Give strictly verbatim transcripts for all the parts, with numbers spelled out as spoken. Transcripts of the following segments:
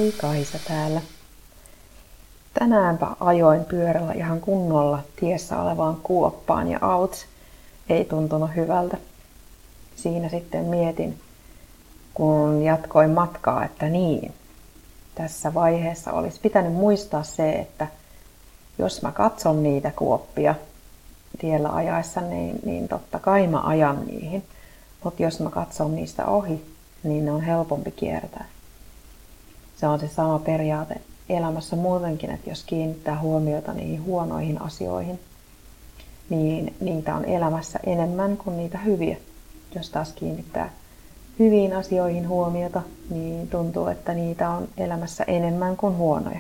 Moi, Kaisa täällä. Tänäänpä ajoin pyörällä ihan kunnolla tiessä olevaan kuoppaan ja auts, ei tuntunut hyvältä. Siinä sitten mietin, kun jatkoin matkaa, että niin, tässä vaiheessa olisi pitänyt muistaa se, että jos mä katson niitä kuoppia tiellä ajaessa, niin, niin totta kai mä ajan niihin. Mutta jos mä katson niistä ohi, niin ne on helpompi kiertää. Se on se sama periaate elämässä muutenkin, että jos kiinnittää huomiota niihin huonoihin asioihin, niin niitä on elämässä enemmän kuin niitä hyviä. Jos taas kiinnittää hyviin asioihin huomiota, niin tuntuu, että niitä on elämässä enemmän kuin huonoja.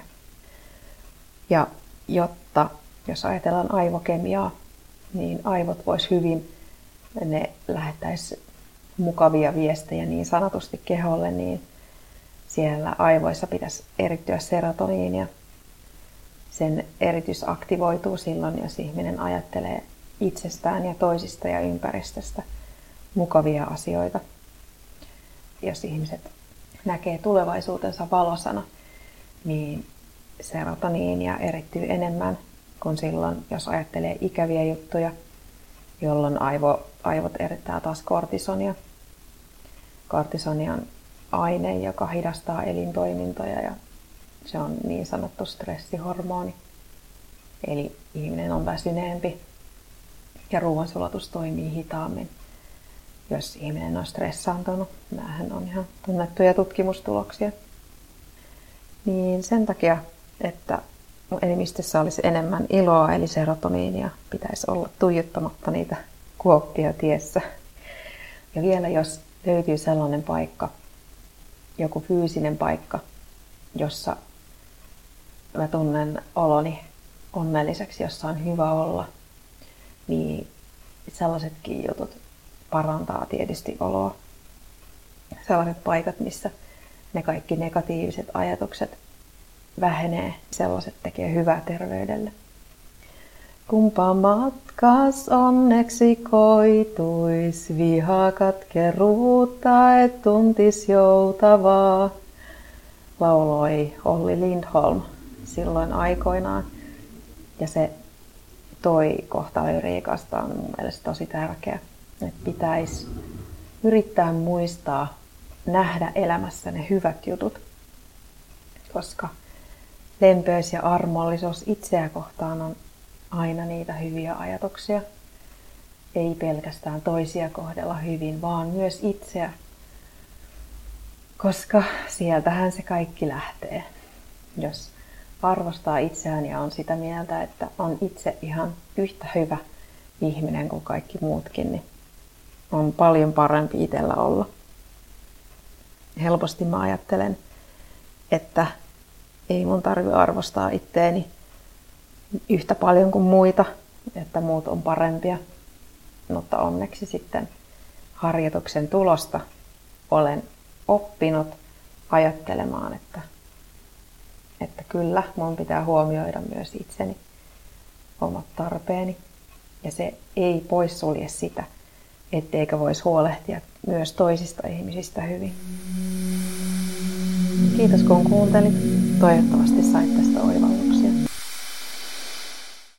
Ja jotta, jos ajatellaan aivokemiaa, niin aivot vois hyvin, ne lähettäisi mukavia viestejä niin sanotusti keholle, niin siellä aivoissa pitäisi erittyä serotoniinia. Sen eritys aktivoituu silloin, jos ihminen ajattelee itsestään ja toisista ja ympäristöstä mukavia asioita. Jos ihmiset näkee tulevaisuutensa valosana, niin serotoniinia erittyy enemmän kuin silloin, jos ajattelee ikäviä juttuja, jolloin aivo, aivot erittää taas kortisonia. Kortisoni on aine, joka hidastaa elintoimintoja ja se on niin sanottu stressihormoni. Eli ihminen on väsyneempi ja ruoansulatus toimii hitaammin, jos ihminen on stressaantunut. Nämähän on ihan tunnettuja tutkimustuloksia. Niin sen takia, että elimistössä olisi enemmän iloa, eli serotoniinia, pitäisi olla tuijottamatta niitä kuoppia tiessä. Ja vielä jos löytyy sellainen paikka, joku fyysinen paikka, jossa mä tunnen oloni onnelliseksi, jossa on hyvä olla, niin sellaisetkin jutut parantaa tietysti oloa. Sellaiset paikat, missä ne kaikki negatiiviset ajatukset vähenee, sellaiset tekee hyvää terveydelle. Kumpa matkas onneksi koituis, viha katkeruutta et tuntis joutavaa, lauloi Olli Lindholm silloin aikoinaan. Ja se toi kohta lyriikasta on mun mielestä tosi tärkeä, että pitäisi yrittää muistaa nähdä elämässä ne hyvät jutut, koska lempeys ja armollisuus itseä kohtaan on aina niitä hyviä ajatuksia. Ei pelkästään toisia kohdella hyvin, vaan myös itseä, koska sieltähän se kaikki lähtee. Jos arvostaa itseään ja on sitä mieltä, että on itse ihan yhtä hyvä ihminen kuin kaikki muutkin, niin on paljon parempi itsellä olla. Helposti mä ajattelen, että ei mun tarvitse arvostaa itteeni yhtä paljon kuin muita, että muut on parempia. Mutta onneksi sitten harjoituksen tulosta olen oppinut ajattelemaan, että, että kyllä mun pitää huomioida myös itseni, omat tarpeeni. Ja se ei poissulje sitä, etteikö voisi huolehtia myös toisista ihmisistä hyvin. Kiitos kun kuuntelit. Toivottavasti sait